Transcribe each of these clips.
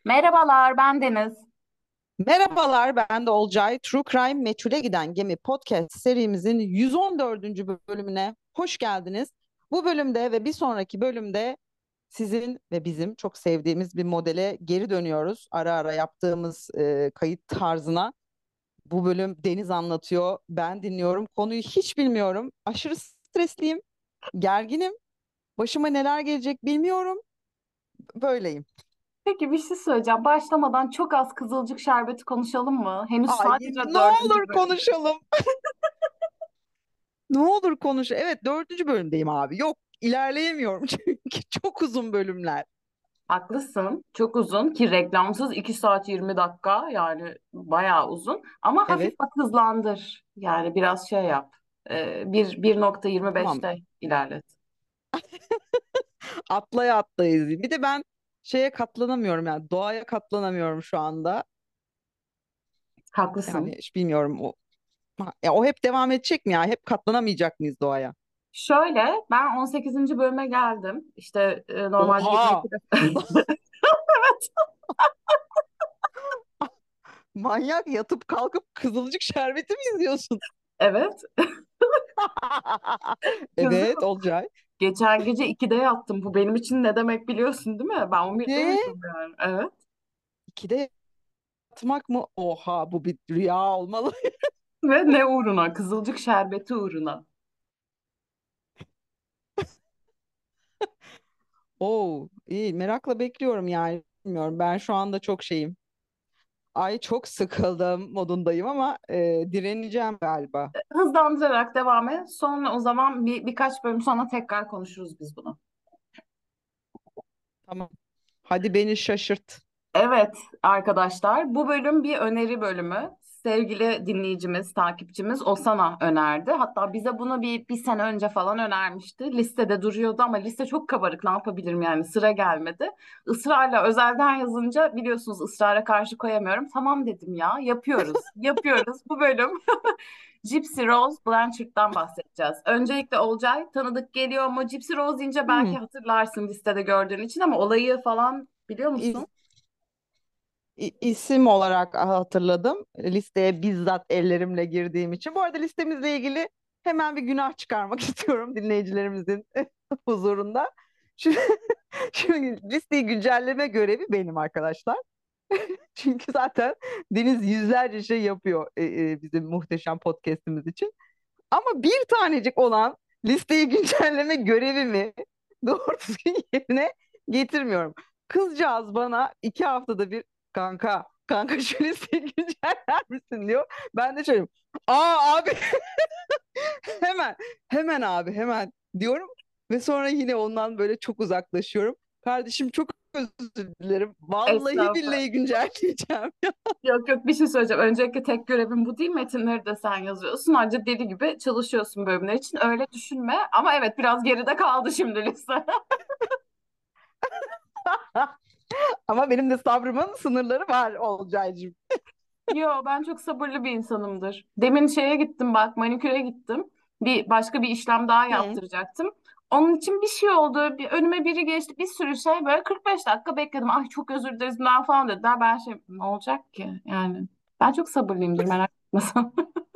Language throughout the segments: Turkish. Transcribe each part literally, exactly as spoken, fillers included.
Merhabalar, ben Deniz. Merhabalar, ben de Olcay. True Crime Meçhule Giden Gemi podcast serimizin yüz on dördüncü bölümüne hoş geldiniz. Bu bölümde ve bir sonraki bölümde sizin ve bizim çok sevdiğimiz bir modele geri dönüyoruz. Ara ara yaptığımız e, kayıt tarzına. Bu bölüm Deniz anlatıyor, ben dinliyorum. Konuyu hiç bilmiyorum. Aşırı stresliyim, gerginim. Başıma neler gelecek bilmiyorum. Böyleyim. Peki bir şey söyleyeceğim. Başlamadan çok az Kızılcık Şerbeti konuşalım mı? Henüz Ay sadece ne olur dördüncü bölüm. konuşalım. Ne olur konuş. Evet, dördüncü bölümdeyim abi. Yok, ilerleyemiyorum çünkü çok uzun bölümler. Haklısın. Çok uzun ki reklamsız iki saat yirmi dakika yani bayağı uzun. Ama hafif Evet, bak hızlandır. Yani biraz şey yap. Ee, bir, tamam. bir nokta yirmi beşte ilerlet. Atlaya atlaya izleyeyim. Bir de ben şeye katlanamıyorum yani doğaya katlanamıyorum şu anda. Yani Haklısın. hiç bilmiyorum o. Ha, ya o hep devam edecek mi ya? Hep katlanamayacak mıyız doğaya? Şöyle ben on sekizinci bölüme geldim. İşte e, normalde Oha! yirmi ikide. Manyak yatıp kalkıp Kızılcık Şerbeti mi izliyorsun? Evet. Evet, Kızım. Olcay. Geçen gece ikide yattım. Bu benim için ne demek biliyorsun değil mi? Ben on birde Ne? uyudum yani. Evet. İkide yatmak mı? Oha, bu bir rüya olmalı. Ve ne uğruna? Kızılcık şerbeti uğruna. Oo, iyi. Merakla bekliyorum yani. Bilmiyorum. Ben şu anda çok şeyim. Ay çok sıkıldım modundayım ama e, direneceğim galiba. Hızlandırarak devam et. Sonra o zaman bir, birkaç bölüm sonra tekrar konuşuruz biz bunu. Tamam. Hadi beni şaşırt. Evet arkadaşlar, bu bölüm bir öneri bölümü. Sevgili dinleyicimiz, takipçimiz Osana önerdi. Hatta bize bunu bir, bir sene önce falan önermişti. Listede duruyordu ama liste çok kabarık. Ne yapabilirim yani sıra gelmedi. Israrla özelden yazınca biliyorsunuz ısrara karşı koyamıyorum. Tamam dedim ya yapıyoruz. Yapıyoruz bu bölüm. Gypsy Rose Blanchard'dan bahsedeceğiz. Öncelikle Olcay tanıdık geliyor ama Gypsy Rose deyince belki Hmm. hatırlarsın listede gördüğün için ama olayı falan biliyor İ- musun? i- isim olarak hatırladım. Listeye bizzat ellerimle girdiğim için. Bu arada listemizle ilgili hemen bir günah çıkarmak istiyorum dinleyicilerimizin huzurunda. Şimdi, şimdi listeyi güncelleme görevi benim arkadaşlar. Çünkü zaten Deniz yüzlerce şey yapıyor e, e, bizim muhteşem podcast'imiz için. Ama bir tanecik olan listeyi güncelleme görevimi doğru düzgün yerine getirmiyorum. Kızcağız bana iki haftada bir kanka, kanka şu listeyi günceller misin diyor. Ben de şöyle aa abi hemen hemen abi hemen diyorum ve sonra yine ondan böyle çok uzaklaşıyorum. Kardeşim çok özür dilerim. Vallahi Estağfurullah. billahi güncelleyeceğim. Yok yok bir şey söyleyeceğim. Öncelikle tek görevin bu değil. Metinleri de sen yazıyorsun. Ancak deli gibi çalışıyorsun bölümler için. Öyle düşünme. Ama evet biraz geride kaldı şimdi liste. Ama benim de sabrımın sınırları var Olcaycığım. Yo ben çok sabırlı bir insanımdır. Demin şeye gittim bak maniküre gittim. Bir başka bir işlem daha Hı. yaptıracaktım. Onun için bir şey oldu. Bir, önüme biri geçti. Bir sürü şey böyle kırk beş dakika bekledim. Ay çok özür dileriz ben falan dediler. Ben şey ne olacak ki yani. Ben çok sabırlıyımdır merak etme sen.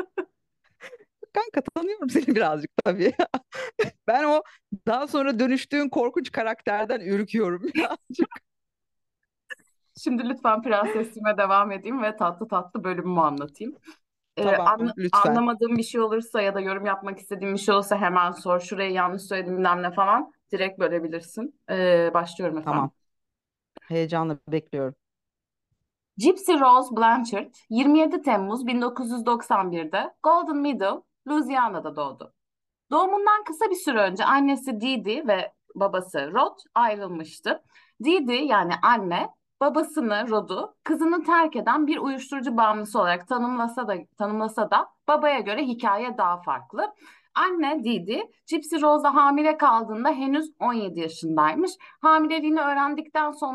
Kanka tanıyorum seni birazcık tabii. Ben o daha sonra dönüştüğün korkunç karakterden ürküyorum birazcık. Şimdi lütfen prensesliğime devam edeyim ve tatlı tatlı bölümümü anlatayım. Ee, Tamam anla- lütfen. anlamadığım bir şey olursa ya da yorum yapmak istediğim bir şey olursa hemen sor. Şurayı yanlış söyledim bilmem ne falan. Direkt bölebilirsin. Ee, başlıyorum efendim. Tamam. Heyecanla bekliyorum. Gypsy Rose Blanchard yirmi yedi Temmuz bin dokuz yüz doksan birde Golden Meadow, Louisiana'da doğdu. Doğumundan kısa bir süre önce annesi Dee ve babası Rod ayrılmıştı. Dee yani anne babasını Rod'u kızını terk eden bir uyuşturucu bağımlısı olarak tanımlasa da tanımlasa da babaya göre hikaye daha farklı. Anne Dee Gypsy Rose'a hamile kaldığında henüz on yedi yaşındaymış. Hamileliğini öğrendikten sonra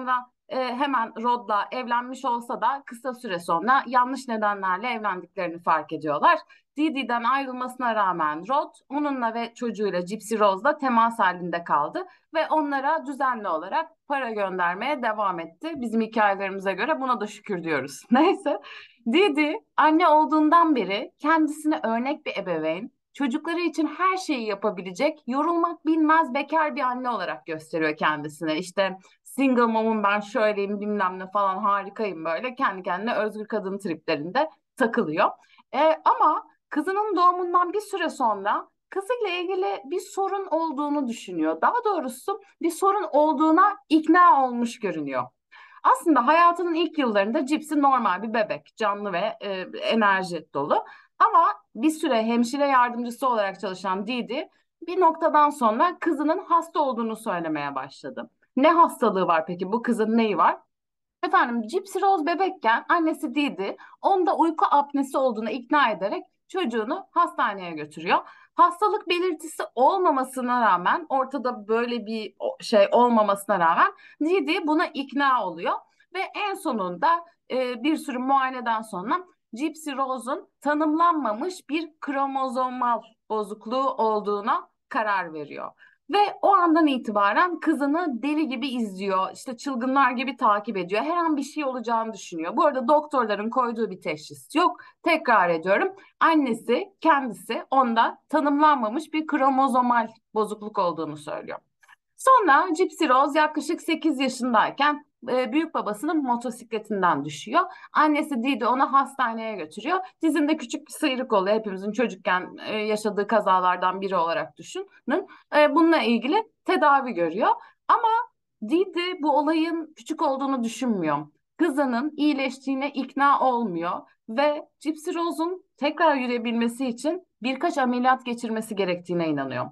e, hemen Rod'la evlenmiş olsa da kısa süre sonra yanlış nedenlerle evlendiklerini fark ediyorlar. Didi'den ayrılmasına rağmen Rod onunla ve çocuğuyla Gypsy Rose'la temas halinde kaldı ve onlara düzenli olarak para göndermeye devam etti. Bizim hikayelerimize göre buna da şükür diyoruz. Neyse, Didi anne olduğundan beri kendisine örnek bir ebeveyn, çocukları için her şeyi yapabilecek, yorulmak bilmez bekar bir anne olarak gösteriyor kendisine. İşte single mom'um ben şöyleyim bilmem ne falan harikayım böyle kendi kendine özgür kadın triplerinde takılıyor. E, ama kızının doğumundan bir süre sonra kızıyla ilgili bir sorun olduğunu düşünüyor. Daha doğrusu bir sorun olduğuna ikna olmuş görünüyor. Aslında hayatının ilk yıllarında Gypsy normal bir bebek, canlı ve e, enerji dolu. Ama bir süre hemşire yardımcısı olarak çalışan Didi bir noktadan sonra kızının hasta olduğunu söylemeye başladı. Ne hastalığı var peki? Bu kızın neyi var? Efendim Gypsy Rose bebekken annesi Didi onda uyku apnesi olduğuna ikna ederek çocuğunu hastaneye götürüyor. Hastalık belirtisi olmamasına rağmen ortada böyle bir o- şey olmamasına rağmen Didi buna ikna oluyor ve en sonunda e, bir sürü muayeneden sonra Gypsy Rose'un tanımlanmamış bir kromozomal bozukluğu olduğuna karar veriyor. Ve o andan itibaren kızını deli gibi izliyor, işte çılgınlar gibi takip ediyor. Her an bir şey olacağını düşünüyor. Bu arada doktorların koyduğu bir teşhis yok. Tekrar ediyorum. Annesi kendisi onda tanımlanmamış bir kromozomal bozukluk olduğunu söylüyor. Sonra Gypsy Rose yaklaşık sekiz yaşındayken e, büyük babasının motosikletinden düşüyor. Annesi Didi onu hastaneye götürüyor. Dizinde küçük bir sıyrık oluyor. Hepimizin çocukken e, yaşadığı kazalardan biri olarak düşünün. E, bununla ilgili tedavi görüyor. Ama Didi bu olayın küçük olduğunu düşünmüyor. Kızının iyileştiğine ikna olmuyor ve Gypsy Rose'un tekrar yürüyebilmesi için birkaç ameliyat geçirmesi gerektiğine inanıyor.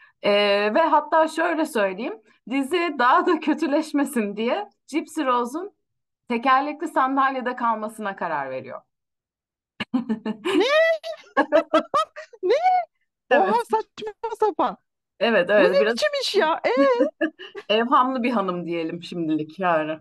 Ee, ve hatta şöyle söyleyeyim, dizi daha da kötüleşmesin diye Gypsy Rose'un tekerlekli sandalyede kalmasına karar veriyor. Ne? Ne? Evet, Oha, saçma sapan. evet, Bu evet. ne Biraz biçim iş ya? E, evhamlı bir hanım diyelim şimdilik yani.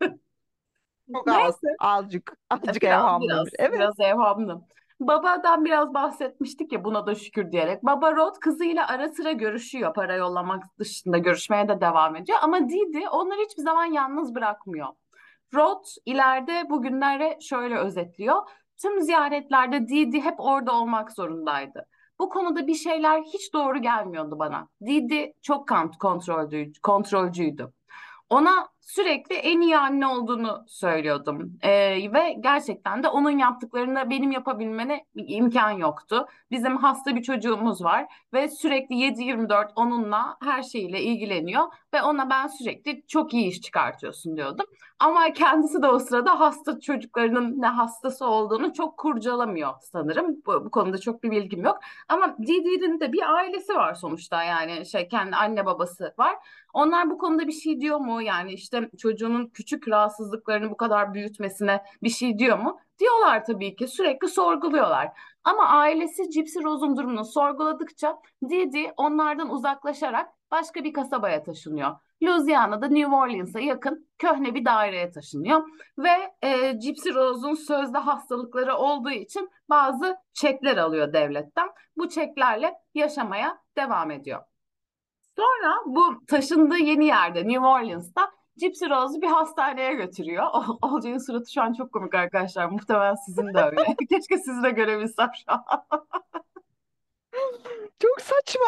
çok az. Neyse. Azıcık. E, Azıcık Biraz evhamlıymış. biraz Evet. biraz evhamlı. Babadan biraz bahsetmiştik ya buna da şükür diyerek. Baba Rod kızıyla ara sıra görüşüyor. Para yollamak dışında görüşmeye de devam ediyor. Ama Didi onları hiçbir zaman yalnız bırakmıyor. Rod ileride bugünleri şöyle özetliyor. Tüm ziyaretlerde Didi hep orada olmak zorundaydı. Bu konuda bir şeyler hiç doğru gelmiyordu bana. Didi çok kont- kontrolcü, kontrolcüydü. Ona sürekli en iyi anne olduğunu söylüyordum. Ee, ve gerçekten de onun yaptıklarını benim yapabilmene imkan yoktu. Bizim hasta bir çocuğumuz var ve sürekli yedi yirmi dört onunla her şeyle ilgileniyor ve ona ben sürekli çok iyi iş çıkartıyorsun diyordum. Ama kendisi de o sırada hasta çocuklarının ne hastası olduğunu çok kurcalamıyor sanırım. Bu, bu konuda çok bir bilgim yok. Ama Didi'nin de bir ailesi var sonuçta yani şey kendi anne babası var. Onlar bu konuda bir şey diyor mu? Yani işte çocuğunun küçük rahatsızlıklarını bu kadar büyütmesine bir şey diyor mu? Diyorlar tabii ki. Sürekli sorguluyorlar. Ama ailesi Gypsy Rose'un durumunu sorguladıkça Didi onlardan uzaklaşarak başka bir kasabaya taşınıyor. Louisiana'da New Orleans'a yakın köhne bir daireye taşınıyor. Ve e, Gypsy Rose'un sözde hastalıkları olduğu için bazı çekler alıyor devletten. Bu çeklerle yaşamaya devam ediyor. Sonra bu taşındığı yeni yerde New Orleans'ta Gypsy Rose'u bir hastaneye götürüyor. O- Olcay'ın suratı şu an çok komik arkadaşlar. Muhtemelen sizin de öyle. Keşke sizi de görebilsem şu an. Çok saçma.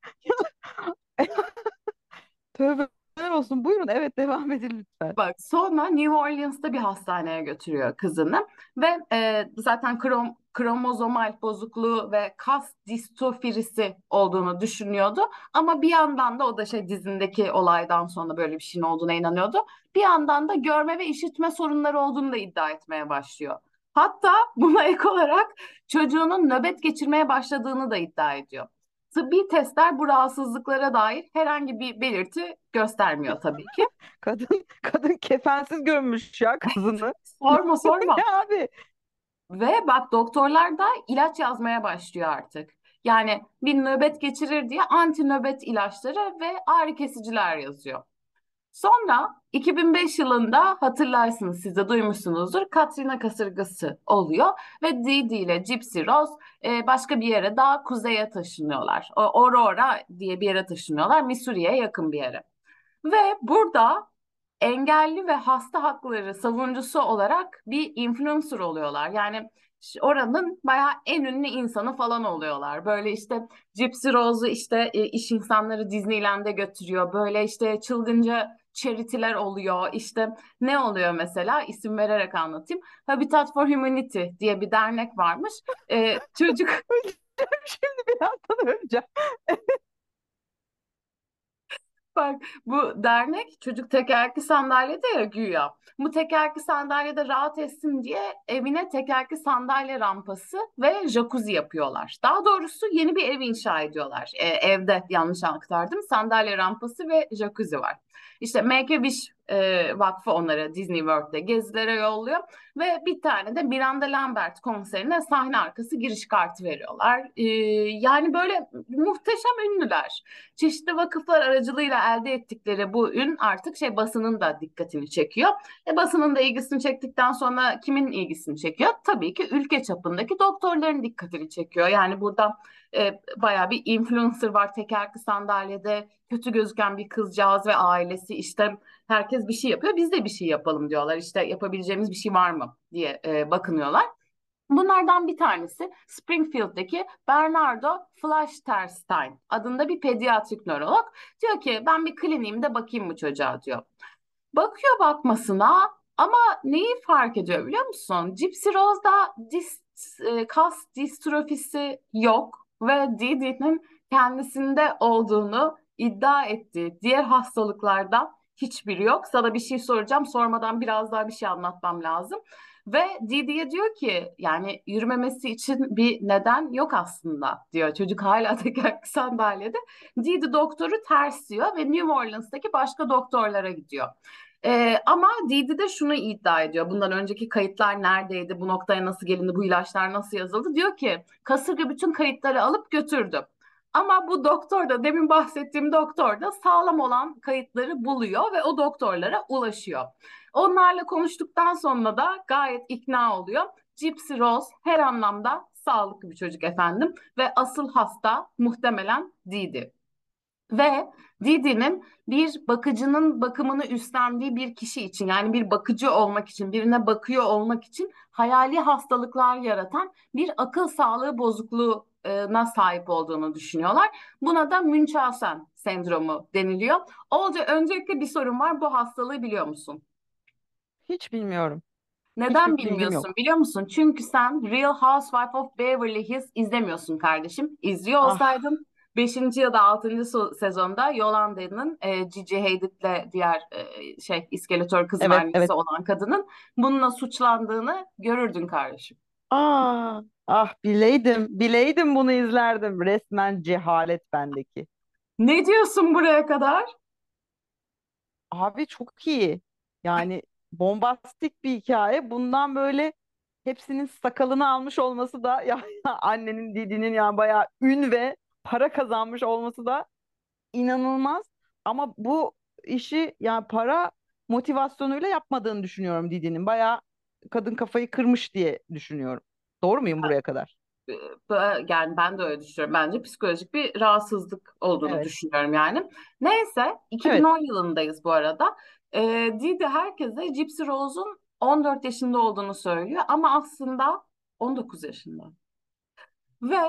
Tövbeler olsun. Buyurun. Evet, devam edin lütfen. Bak sonra New Orleans'ta bir hastaneye götürüyor kızını ve e, zaten krom, kromozomal bozukluğu ve kas distrofirisi olduğunu düşünüyordu. Ama bir yandan da o da şey dizindeki olaydan sonra böyle bir şeyin olduğuna inanıyordu. Bir yandan da görme ve işitme sorunları olduğunu da iddia etmeye başlıyor. Hatta buna ek olarak çocuğunun nöbet geçirmeye başladığını da iddia ediyor. Tıbbi testler bu rahatsızlıklara dair herhangi bir belirti göstermiyor tabii ki. Kadın kadın kefensiz gömmüş ya kızını. Sorma Ne sorma. abi? Ve bak doktorlar da ilaç yazmaya başlıyor artık. Yani bir nöbet geçirir diye anti nöbet ilaçları ve ağrı kesiciler yazıyor. Sonra iki bin beş yılında hatırlarsınız, siz de duymuşsunuzdur, Katrina kasırgası oluyor ve Dee Dee ile Gypsy Rose e, başka bir yere, daha kuzeye taşınıyorlar. O, Aurora diye bir yere taşınıyorlar, Missouri'ye yakın bir yere. Ve burada engelli ve hasta hakları savunucusu olarak bir influencer oluyorlar. Yani ş- oranın bayağı en ünlü insanı falan oluyorlar. Böyle işte Gypsy Rose'u işte e, iş insanları Disneyland'e götürüyor. Böyle işte çılgınca charity'ler oluyor. İşte ne oluyor mesela? İsim vererek anlatayım. Habitat for Humanity diye bir dernek varmış. E, çocuk Öleceğim şimdi, birazdan öleceğim. Bak, bu dernek çocuk tekerlekli sandalyede ya güya. Bu tekerlekli sandalyede rahat etsin diye evine tekerlekli sandalye rampası ve jacuzzi yapıyorlar. Daha doğrusu yeni bir ev inşa ediyorlar. E, evde yanlış aktardım. Sandalye rampası ve jacuzzi var. İşte Make-A-Wish e, Vakfı onları Disney World'de gezilere yolluyor ve bir tane de Miranda Lambert konserine sahne arkası giriş kartı veriyorlar. E, yani böyle muhteşem ünlüler. Çeşitli vakıflar aracılığıyla elde ettikleri bu ün artık şey, basının da dikkatini çekiyor. E, basının da ilgisini çektikten sonra kimin ilgisini çekiyor? Tabii ki ülke çapındaki doktorların dikkatini çekiyor. Yani burada e, bayağı bir influencer var, tekerlekli sandalyede kötü gözüken bir kızcağız ve ailesi, işte herkes bir şey yapıyor, biz de bir şey yapalım diyorlar. İşte yapabileceğimiz bir şey var mı diye e, bakınıyorlar. Bunlardan bir tanesi Springfield'daki Bernardo Fleischterstein adında bir pediatrik nörolog. Diyor ki ben bir kliniğimde bakayım bu çocuğa diyor. Bakıyor bakmasına ama neyi fark ediyor biliyor musun? Gypsy Rose'da dis, e, kas distrofisi yok ve Didi'nin kendisinde olduğunu iddia ettiği diğer hastalıklardan hiçbiri yok. Sana bir şey soracağım, sormadan biraz daha bir şey anlatmam lazım. Ve Didi'ye diyor ki yani yürümemesi için bir neden yok aslında diyor. Çocuk hala tekerlekli sandalyede. Didi doktoru tersliyor ve New Orleans'taki başka doktorlara gidiyor. Ee, ama Didi de şunu iddia ediyor. Bundan önceki kayıtlar neredeydi? Bu noktaya nasıl gelindi? Bu ilaçlar nasıl yazıldı? Diyor ki kasırga bütün kayıtları alıp götürdü. Ama bu doktor da, demin bahsettiğim doktor da sağlam olan kayıtları buluyor ve o doktorlara ulaşıyor. Onlarla konuştuktan sonra da gayet ikna oluyor. Gypsy Rose her anlamda sağlıklı bir çocuk efendim ve asıl hasta muhtemelen Didi. Ve Didi'nin bir bakıcının bakımını üstlendiği bir kişi için, yani bir bakıcı olmak için, birine bakıyor olmak için hayali hastalıklar yaratan bir akıl sağlığı bozukluğuna sahip olduğunu düşünüyorlar. Buna da Münchhausen sendromu deniliyor. Olca, öncelikle bir sorun var. Bu hastalığı biliyor musun? Hiç bilmiyorum. Neden Hiçbir bilgim bilmiyorsun yok. biliyor musun? Çünkü sen Real Housewife of Beverly Hills izlemiyorsun kardeşim. İzliyor Ah, olsaydın beşinci ya da altıncı so- sezonda Yolanda'nın e, Gigi Hadid'le diğer e, şey İskeletor kızın evet annesi evet. olan kadının bununla suçlandığını görürdün kardeşim. Ah, ah, bileydim. Bileydim bunu izlerdim. Resmen cehalet bendeki. Ne diyorsun buraya kadar? Abi çok iyi. Yani bombastik bir hikaye. Bundan böyle hepsinin sakalını almış olması da ya annenin Didi'nin yani bayağı ün ve para kazanmış olması da inanılmaz. Ama bu işi yani para motivasyonuyla yapmadığını düşünüyorum Didi'nin. Bayağı kadın kafayı kırmış diye düşünüyorum. Doğru muyum buraya kadar? E, Yani ben de öyle düşünüyorum. Bence psikolojik bir rahatsızlık olduğunu Evet. düşünüyorum yani. Neyse, Evet. iki bin on yılındayız bu arada. Ee, Didi herkese Gypsy Rose'un on dört yaşında olduğunu söylüyor ama aslında on dokuz yaşında. Ve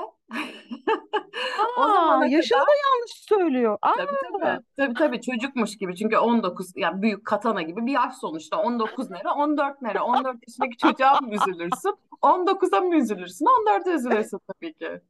o Aa, zamana yaşını kadar da yanlış söylüyor. tabii Aa, tabii tabii tabii çocukmuş gibi, çünkü on dokuz, yani büyük katana gibi bir yaş sonuçta. on dokuz nere, on dört nere, on dört yaşındaki çocuğa mı üzülürsün, on dokuza mı üzülürsün, on dörde üzülürsün tabii ki.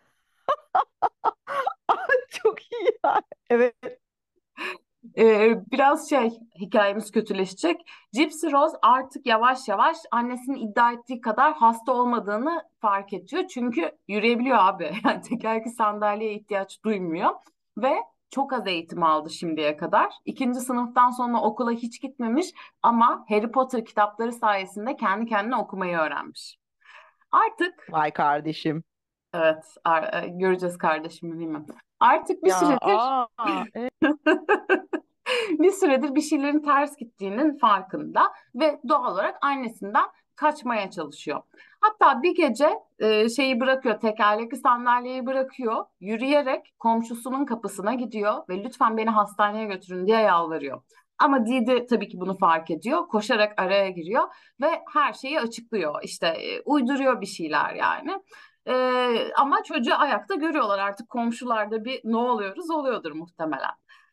çok iyi ya. Evet. Ee, biraz şey, hikayemiz kötüleşecek. Gypsy Rose artık yavaş yavaş annesinin iddia ettiği kadar hasta olmadığını fark ediyor. Çünkü yürüyebiliyor abi. Yani tekerlekli sandalyeye ihtiyaç duymuyor. Ve çok az eğitim aldı şimdiye kadar. İkinci sınıftan sonra okula hiç gitmemiş ama Harry Potter kitapları sayesinde kendi kendine okumayı öğrenmiş. Artık Vay kardeşim. evet, ar- e, göreceğiz kardeşimi, bilmem. Artık bir Ya süredir aa, evet. Bir süredir bir şeylerin ters gittiğinin farkında ve doğal olarak annesinden kaçmaya çalışıyor. Hatta bir gece e, şeyi bırakıyor, tekerlekli sandalyeyi bırakıyor, yürüyerek komşusunun kapısına gidiyor ve lütfen beni hastaneye götürün diye yalvarıyor. Ama Didi tabii ki bunu fark ediyor, koşarak araya giriyor ve her şeyi açıklıyor. İşte e, uyduruyor bir şeyler yani. E, ama çocuğu ayakta görüyorlar artık, komşularda bir ne oluyoruz oluyordur muhtemelen.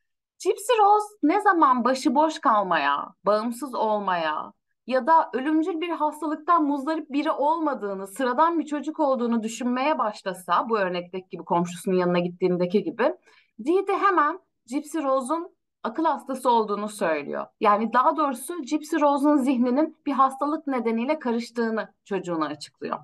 Gypsy Rose ne zaman başıboş kalmaya, bağımsız olmaya ya da ölümcül bir hastalıktan muzdarip biri olmadığını, sıradan bir çocuk olduğunu düşünmeye başlasa, bu örnekteki gibi komşusunun yanına gittiğindeki gibi, Dee hemen Gypsy Rose'un akıl hastası olduğunu söylüyor. Yani daha doğrusu Gypsy Rose'un zihninin bir hastalık nedeniyle karıştığını çocuğuna açıklıyor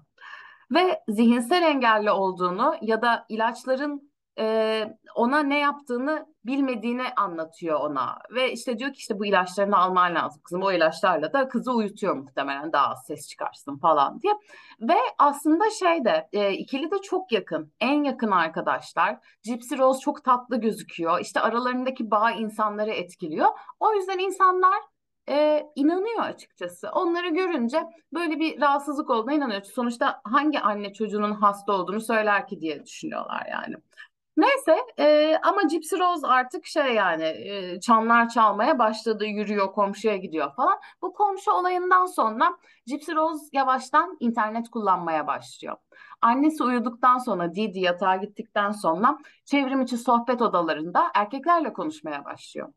ve zihinsel engelli olduğunu ya da ilaçların e, ona ne yaptığını bilmediğini anlatıyor ona. Ve işte diyor ki işte bu ilaçlarını alman lazım kızım. O ilaçlarla da kızı uyutuyor muhtemelen, daha az ses çıkarsın falan diye. Ve aslında şey de e, ikili de çok yakın. En yakın arkadaşlar. Gypsy Rose çok tatlı gözüküyor. İşte aralarındaki bağ insanları etkiliyor. O yüzden insanlar e, inanıyor açıkçası. Onları görünce böyle bir rahatsızlık olduğuna inanıyor. Sonuçta hangi anne çocuğunun hasta olduğunu söyler ki diye düşünüyorlar yani. Neyse e, ama Gypsy Rose artık şey yani e, çanlar çalmaya başladı, yürüyor, komşuya gidiyor falan. Bu komşu olayından sonra Gypsy Rose yavaştan internet kullanmaya başlıyor. Annesi uyuduktan sonra, Didi yatağa gittikten sonra çevrim içi sohbet odalarında erkeklerle konuşmaya başlıyor.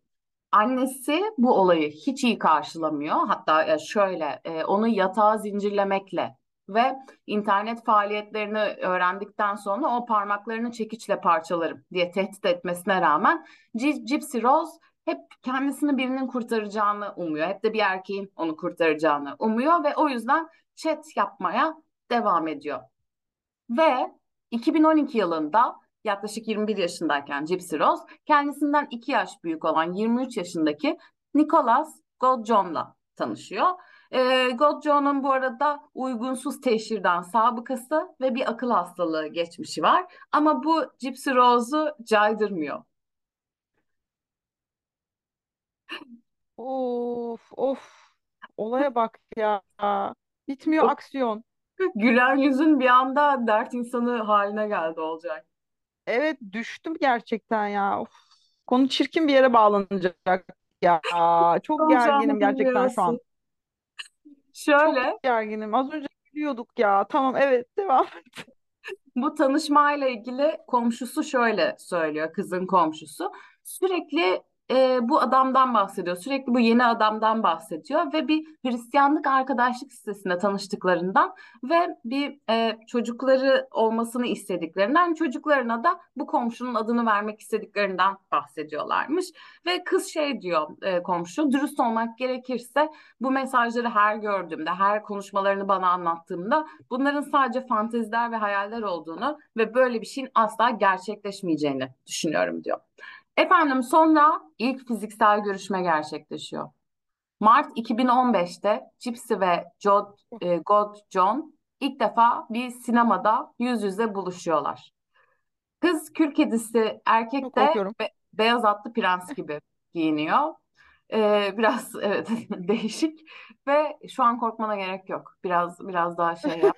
Annesi bu olayı hiç iyi karşılamıyor. Hatta e, şöyle e, onu yatağa zincirlemekle ve internet faaliyetlerini öğrendikten sonra o parmaklarını çekiçle parçalarım diye tehdit etmesine rağmen G- Gypsy Rose hep kendisini birinin kurtaracağını umuyor. Hep de bir erkeğin onu kurtaracağını umuyor ve o yüzden chat yapmaya devam ediyor. Ve iki bin on iki yılında yaklaşık yirmi bir yaşındayken Gypsy Rose kendisinden iki yaş büyük olan yirmi üç yaşındaki Nicholas Godjohn'la tanışıyor. Ee, Godjohn'un bu arada uygunsuz teşhirden sabıkası ve bir akıl hastalığı geçmişi var. Ama bu Gypsy Rose'u caydırmıyor. Of of. Olaya bak ya. Bitmiyor O aksiyon. gülen yüzün bir anda dert insanı haline geldi olacak. Evet, düştüm gerçekten ya. Of. Konu çirkin bir yere bağlanacak ya. Çok Olacağını gerginim gerçekten şu bilmiyorsun. an. Çok Şöyle, gerginim. Az önce gülüyorduk ya. Tamam, evet, devam. bu tanışmayla ilgili komşusu şöyle söylüyor, kızın komşusu. Sürekli e, bu adamdan bahsediyor. Sürekli bu yeni adamdan bahsediyor ve bir Hristiyanlık arkadaşlık sitesinde tanıştıklarından ve bir e, çocukları olmasını istediklerinden, çocuklarına da bu komşunun adını vermek istediklerinden bahsediyorlarmış. Ve kız şey diyor, e, komşu, dürüst olmak gerekirse bu mesajları her gördüğümde, her konuşmalarını bana anlattığımda bunların sadece fanteziler ve hayaller olduğunu ve böyle bir şeyin asla gerçekleşmeyeceğini düşünüyorum diyor. Efendim sonra ilk fiziksel görüşme gerçekleşiyor. Mart iki bin on beşte Gypsy ve Jod, e, God John ilk defa bir sinemada yüz yüze buluşuyorlar. Kız kül kedisi, Çok erkek de korkuyorum. be- beyaz atlı prens gibi giyiniyor. Ee, biraz evet değişik ve şu an korkmana gerek yok. Biraz biraz daha şey yap.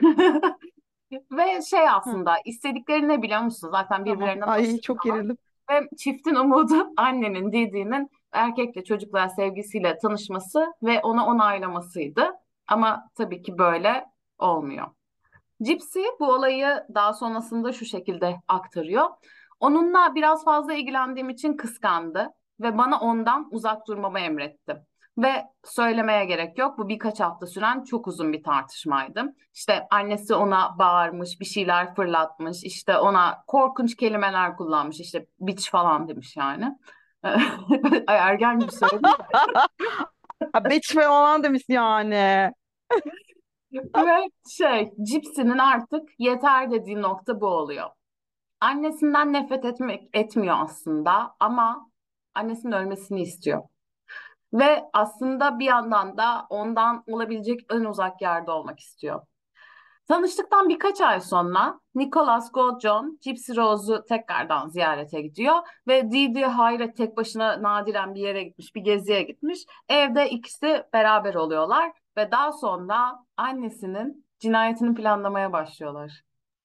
Ve şey Hı, aslında istedikleri ne biliyor musun? Zaten tamam. birbirlerinden Ay, çok hoşlanıyorlar. gerildim. Ve çiftin umudu annenin Didi'nin erkekle çocuklar sevgisiyle tanışması ve onu onaylamasıydı. Ama tabii ki böyle olmuyor. Gypsy bu olayı daha sonrasında şu şekilde aktarıyor. Onunla biraz fazla ilgilendiğim için kıskandı ve bana ondan uzak durmamı emretti. Ve söylemeye gerek yok. Bu birkaç hafta süren çok uzun bir tartışmaydı. İşte annesi ona bağırmış, bir şeyler fırlatmış, işte ona korkunç kelimeler kullanmış, işte bitch falan demiş yani. Ay, ergen gibi söyledim. Ha, Betty falan demiş yani. Ve şey, Gypsy'nin artık yeter dediği nokta bu oluyor. Annesinden nefret etmek etmiyor aslında ama annesinin ölmesini istiyor. Ve aslında bir yandan da ondan olabilecek en uzak yerde olmak istiyor. Tanıştıktan birkaç ay sonra Nicholas Goldjohn Gypsy Rose'u tekrardan ziyarete gidiyor ve Dee Dee hayret tek başına nadiren bir yere gitmiş, bir geziye gitmiş. Evde ikisi beraber oluyorlar ve daha sonra annesinin cinayetini planlamaya başlıyorlar.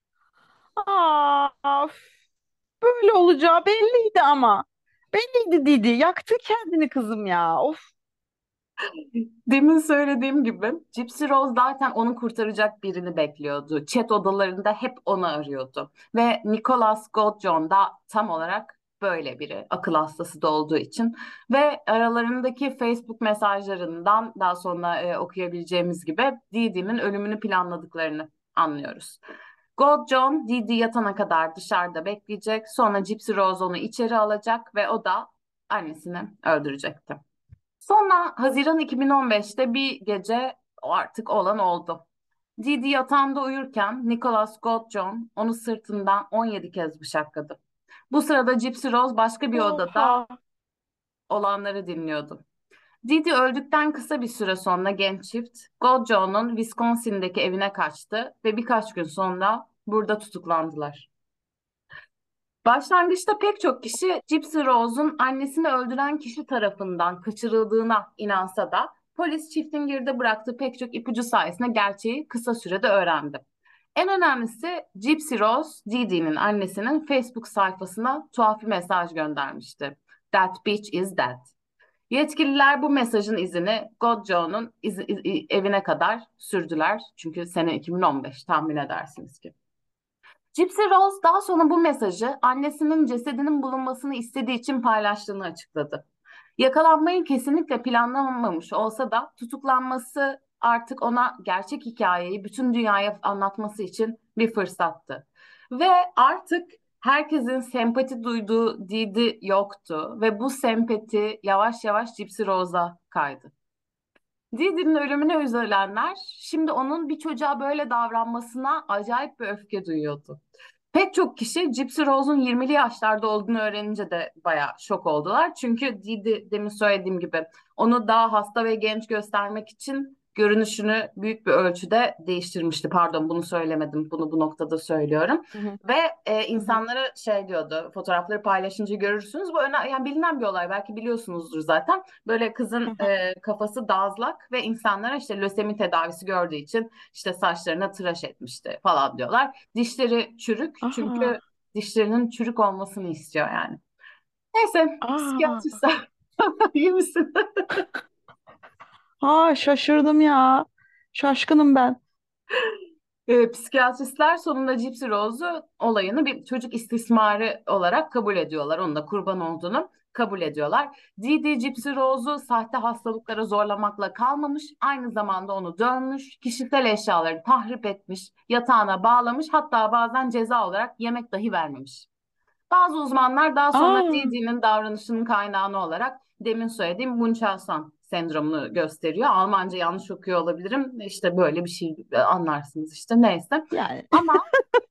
Aa, üf, böyle olacağı belliydi ama. Belliydi Didi. Yaktı kendini kızım ya. Of. Demin söylediğim gibi Gypsy Rose zaten onu kurtaracak birini bekliyordu. Chat odalarında hep onu arıyordu. Ve Nicholas Goldjohn da tam olarak böyle biri. Akıl hastası da olduğu için. Ve aralarındaki Facebook mesajlarından daha sonra e, okuyabileceğimiz gibi Dee Dee'nin ölümünü planladıklarını anlıyoruz. Goldjohn Dee Dee yatana kadar dışarıda bekleyecek. Sonra Gypsy Rose onu içeri alacak ve o da annesini öldürecekti. Sonra Haziran iki bin on beşte bir gece artık olan oldu. Didi yatağında uyurken Nicholas Goldjohn onu sırtından on yedi kez bıçakladı. Bu sırada Gypsy Rose başka bir odada Oha. olanları dinliyordu. Didi öldükten kısa bir süre sonra genç çift Goldjohn'un Wisconsin'deki evine kaçtı ve birkaç gün sonra burada tutuklandılar. Başlangıçta pek çok kişi Gypsy Rose'un annesini öldüren kişi tarafından kaçırıldığına inansa da polis çiftin geride bıraktığı pek çok ipucu sayesinde gerçeği kısa sürede öğrendi. En önemlisi Gypsy Rose, Dee Dee'nin annesinin Facebook sayfasına tuhaf bir mesaj göndermişti. That bitch is dead. Yetkililer bu mesajın izini Godjohn'un iz- iz- evine kadar sürdüler. Çünkü sene iki bin on beş tahmin edersiniz ki. Gypsy Rose daha sonra bu mesajı annesinin cesedinin bulunmasını istediği için paylaştığını açıkladı. Yakalanmayı kesinlikle planlamamış olsa da tutuklanması artık ona gerçek hikayeyi bütün dünyaya anlatması için bir fırsattı. Ve artık herkesin sempati duyduğu Didi yoktu ve bu sempati yavaş yavaş Gypsy Rose'a kaydı. Didi'nin ölümüne üzülenler şimdi onun bir çocuğa böyle davranmasına acayip bir öfke duyuyordu. Pek çok kişi Gypsy Rose'un yirmili yaşlarda olduğunu öğrenince de bayağı şok oldular. Çünkü Didi demin söylediğim gibi onu daha hasta ve genç göstermek için görünüşünü büyük bir ölçüde değiştirmişti. Pardon bunu söylemedim. Bunu bu noktada söylüyorum. Hı hı, Ve e, hı hı, insanlara şey diyordu. Fotoğrafları paylaşınca görürsünüz. Bu öne, yani bilinen bir olay. Belki biliyorsunuzdur zaten. Böyle hı kızın hı. e, kafası dazlak ve insanlara işte lösemi tedavisi gördüğü için işte saçlarına tıraş etmişti falan diyorlar. Dişleri çürük çünkü Aa, dişlerinin çürük olmasını istiyor yani. Neyse aa, psikiyatristler iyi misin? aa, şaşırdım ya. Şaşkınım ben. E, psikiyatristler sonunda Gypsy Rose'u olayını bir çocuk istismarı olarak kabul ediyorlar. Onun da kurban olduğunu kabul ediyorlar. Didi Gypsy Rose'u sahte hastalıklara zorlamakla kalmamış, aynı zamanda onu dövmüş, kişisel eşyaları tahrip etmiş, yatağına bağlamış, hatta bazen ceza olarak yemek dahi vermemiş. Bazı uzmanlar daha sonra Aa, Didi'nin davranışının kaynağını olarak demin söylediğim Munchausen sendromunu gösteriyor. Almanca yanlış okuyor olabilirim. İşte böyle bir şey anlarsınız işte neyse. yani. Ama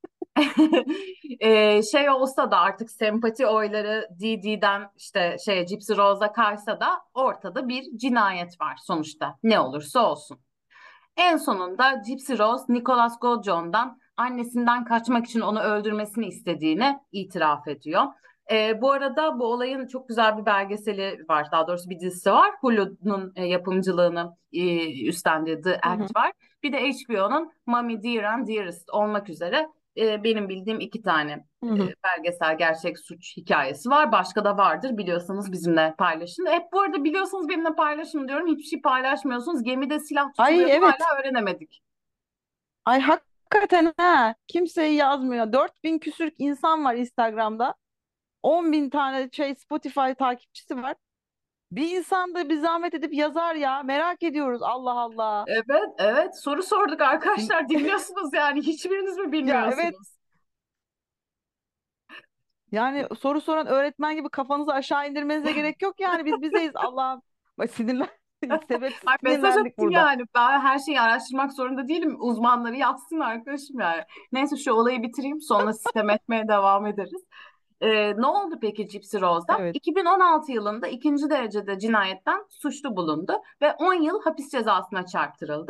e, şey olsa da artık sempati oyları Didi'den işte şey Gypsy Rose'a kaysa da ortada bir cinayet var sonuçta. Ne olursa olsun. En sonunda Gypsy Rose, Nicholas Goldjohn'dan annesinden kaçmak için onu öldürmesini istediğini itiraf ediyor. Ee, bu arada bu olayın çok güzel bir belgeseli var. Daha doğrusu bir dizisi var. Hulu'nun e, yapımcılığını e, üstlendiği The Hı hı, Act var. Bir de H B O'nun Mommy Dear and Dearest olmak üzere e, benim bildiğim iki tane hı e, hı. belgesel gerçek suç hikayesi var. Başka da vardır. Biliyorsanız bizimle paylaşın. Hep bu arada biliyorsanız benimle paylaşın diyorum. Hiçbir şey paylaşmıyorsunuz. Gemide silah tutuluyor Ay mu evet. hala öğrenemedik. Ay hakikaten ha. Kimseyi yazmıyor. Dört bin küsür insan var Instagram'da. On bin tane şey Spotify takipçisi var. Bir insan da bir zahmet edip yazar ya. Merak ediyoruz. Allah Allah. Evet, evet. Soru sorduk Din arkadaşlar. Dinliyorsunuz yani. Hiçbiriniz mi ya evet. bilmiyorsunuz? Yani soru soran öğretmen gibi kafanızı aşağı indirmenize gerek yok yani. Biz bizeyiz. Allah'ım. Bak sinirlen. Sebepsiz Ay mesaj sinirlendik attın burada. yani. Ben her şeyi araştırmak zorunda değilim. Uzmanları yazsın arkadaşım yani. Neyse şu olayı bitireyim. Sonra sistem etmeye devam ederiz. Ee, ne oldu peki Gypsy Rose'da? Evet. iki bin on altı yılında ikinci derecede cinayetten suçlu bulundu ve on yıl hapis cezasına çarptırıldı.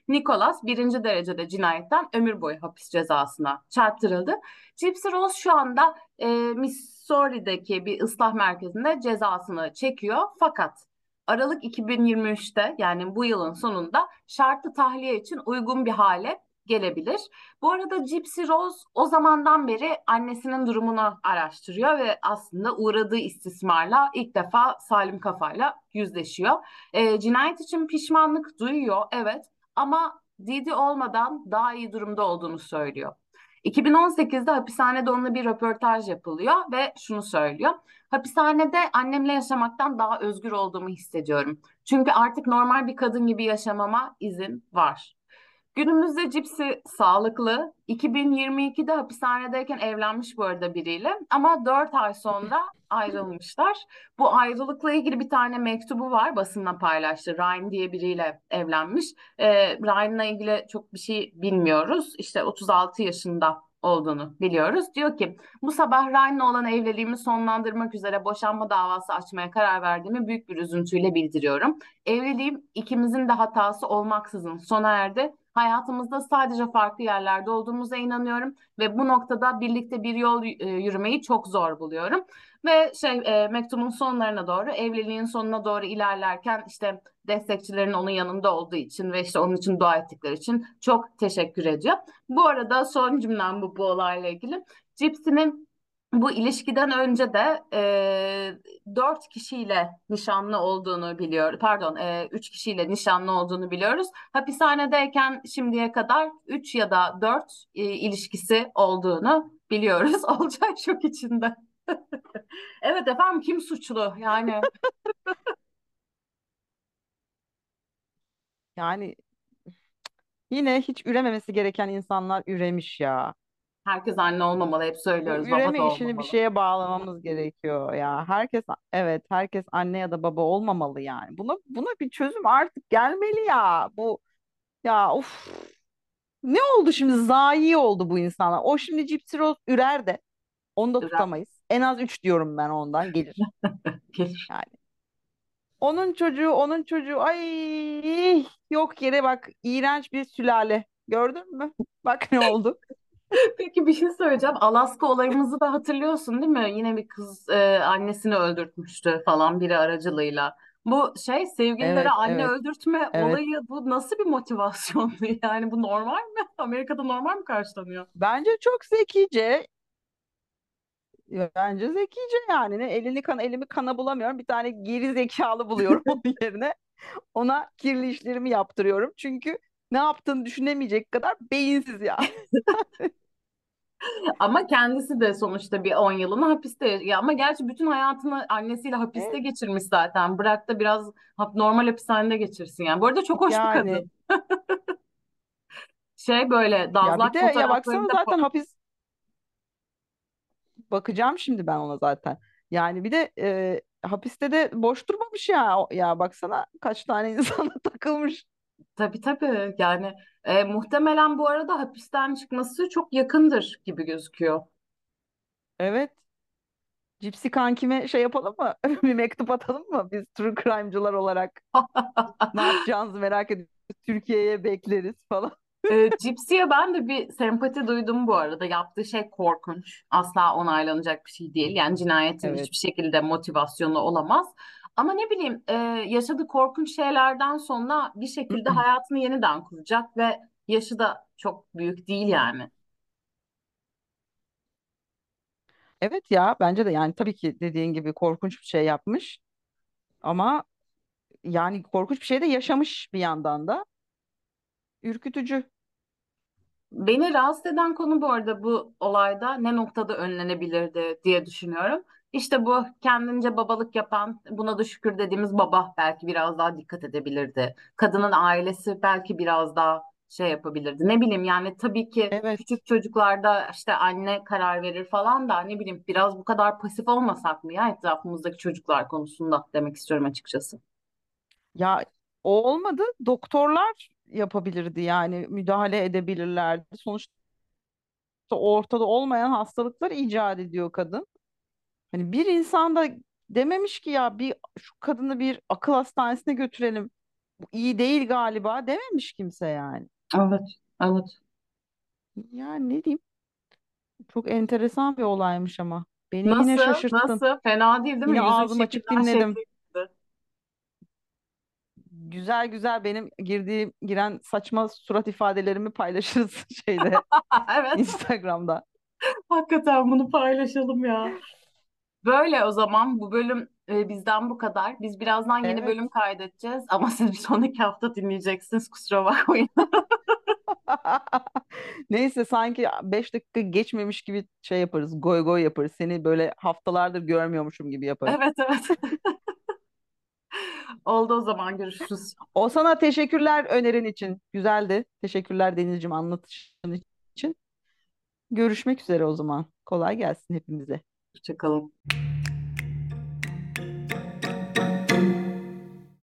Nicholas birinci derecede cinayetten ömür boyu hapis cezasına çarptırıldı. Gypsy Rose şu anda e, Missouri'deki bir ıslah merkezinde cezasını çekiyor. Fakat Aralık iki bin yirmi üçte, yani bu yılın sonunda şartlı tahliye için uygun bir hale gelebilir. Bu arada Gypsy Rose o zamandan beri annesinin durumunu araştırıyor ve aslında uğradığı istismarla ilk defa salim kafayla yüzleşiyor. E, cinayet için pişmanlık duyuyor, evet, ama Didi olmadan daha iyi durumda olduğunu söylüyor. iki bin on sekizde hapishanede onunla bir röportaj yapılıyor ve şunu söylüyor. Hapishanede annemle yaşamaktan daha özgür olduğumu hissediyorum. Çünkü artık normal bir kadın gibi yaşamama izin var. Günümüzde Cipsi sağlıklı. iki bin yirmi ikide hapishanedeyken evlenmiş bu arada biriyle, ama dört ay sonra ayrılmışlar. Bu ayrılıkla ilgili bir tane mektubu var, basınla paylaştı. Ryan diye biriyle evlenmiş. Ee, Ryan'la ilgili çok bir şey bilmiyoruz. İşte otuz altı yaşında olduğunu biliyoruz. Diyor ki, bu sabah Ryan'la olan evliliğimi sonlandırmak üzere boşanma davası açmaya karar verdiğimi büyük bir üzüntüyle bildiriyorum. Evliliğim ikimizin de hatası olmaksızın sona erdi. Hayatımızda sadece farklı yerlerde olduğumuza inanıyorum ve bu noktada birlikte bir yol e, yürümeyi çok zor buluyorum. Ve şey e, mektubun sonlarına doğru, evliliğin sonuna doğru ilerlerken, işte destekçilerin onun yanında olduğu için ve işte onun için dua ettikleri için çok teşekkür ediyor. Bu arada son cümlem bu bu olayla ilgili. Gypsy'nin bu ilişkiden önce de e, dört kişiyle nişanlı olduğunu biliyor. Pardon, e, üç kişiyle nişanlı olduğunu biliyoruz. Hapishanedeyken şimdiye kadar üç ya da dört e, ilişkisi olduğunu biliyoruz. Olacak şok içinde. Evet efendim, kim suçlu? Yani Yani yine hiç ürememesi gereken insanlar üremiş ya. herkes anne olmamalı, hep Bu söylüyoruz. Baba da üreme işini bir olmamalı. şeye bağlamamız gerekiyor ya. Herkes, evet, herkes anne ya da baba olmamalı yani. Buna buna bir çözüm artık gelmeli ya. Bu, ya of. Ne oldu şimdi? Zayi oldu bu insanlar. O şimdi Gypsy Rose ürer de onu da Ürer. tutamayız. En az üç diyorum ben, ondan gelir. Gelir. Yani onun çocuğu, onun çocuğu, ay, yok yere bak, iğrenç bir sülale. Gördün mü? Bak ne oldu. Peki bir şey söyleyeceğim. Alaska olayımızı da hatırlıyorsun değil mi? Yine bir kız e, annesini öldürtmüştü falan, biri aracılığıyla. Bu şey, sevgililere Evet, anne evet, öldürtme evet. olayı, bu nasıl bir motivasyondu? Yani bu normal mi? Amerika'da normal mi karşılanıyor? Bence çok zekice. Bence zekice yani. Ne elini kan elimi kana bulamıyorum. Bir tane geri zekalı buluyorum onun yerine. Ona kirli işlerimi yaptırıyorum. Çünkü ne yaptığını düşünemeyecek kadar beyinsiz ya. Ama kendisi de sonuçta bir on yılını hapiste. Ya ama gerçi bütün hayatını annesiyle hapiste Evet, geçirmiş zaten. Bırak da biraz hap- normal hapishanede geçirsin yani. Bu arada çok hoş bir yani kadın. Şey, böyle ya bir de Dazlak ya baksana, fotoğraflarında zaten po- hapis, bakacağım şimdi ben ona zaten. Yani bir de e, hapiste de boş durmamış ya. O- Ya baksana kaç tane insana takılmış. tabii tabii, yani e, muhtemelen bu arada hapisten çıkması çok yakındır gibi gözüküyor. Evet. Cipsi kankime şey yapalım mı? Bir mektup atalım mı? Biz true crime'cılar olarak ne yapacağınızı merak ediyoruz. Türkiye'ye bekleriz falan. E, Cipsi'ye ben de bir sempati duydum bu arada. Yaptığı şey korkunç. Asla onaylanacak bir şey değil. Yani cinayetin Evet. hiçbir şekilde motivasyonu olamaz. Ama ne bileyim, e, yaşadığı korkunç şeylerden sonra bir şekilde hayatını yeniden kuracak ve yaşı da çok büyük değil yani. Evet ya, bence de yani tabii ki dediğin gibi korkunç bir şey yapmış ama yani korkunç bir şey de yaşamış bir yandan da, ürkütücü. Beni rahatsız eden konu bu arada, bu olayda ne noktada önlenebilirdi diye düşünüyorum. İşte bu kendince babalık yapan, buna da şükür dediğimiz baba belki biraz daha dikkat edebilirdi. Kadının ailesi belki biraz daha şey yapabilirdi. Ne bileyim, yani tabii ki Evet. küçük çocuklarda işte anne karar verir falan da, ne bileyim, biraz bu kadar pasif olmasak mı ya etrafımızdaki çocuklar konusunda, demek istiyorum açıkçası. Ya o olmadı. Doktorlar yapabilirdi yani, müdahale edebilirlerdi. Sonuçta ortada olmayan hastalıklar icat ediyor kadın. Hani bir insan da dememiş ki ya bir şu kadını bir akıl hastanesine götürelim. Bu iyi değil galiba dememiş kimse yani. Evet, evet. Yani ne diyeyim? Çok enteresan bir olaymış ama. Beni yine Nasıl? şaşırttın. Nasıl? Fena değil değil mi? Yine Yüzün ağzım açık şekilden dinledim. şekli gitti. Güzel güzel benim girdiğim giren saçma surat ifadelerimi paylaşırız şeyde Evet, Instagram'da. hakikaten bunu paylaşalım ya. Böyle o zaman bu bölüm e, bizden bu kadar. Biz birazdan yeni Evet. bölüm kaydedeceğiz ama siz bir sonraki hafta dinleyeceksiniz. Kusura bakmayın. Neyse sanki beş dakika geçmemiş gibi şey yaparız. Goy goy yaparız. Seni böyle haftalardır görmüyormuşum gibi yaparız. Evet, evet. Oldu, o zaman görüşürüz. O sana teşekkürler önerin için. Güzeldi. Teşekkürler Denizciğim anlatışın için. Görüşmek üzere o zaman. Kolay gelsin hepimize. Hoşçakalın.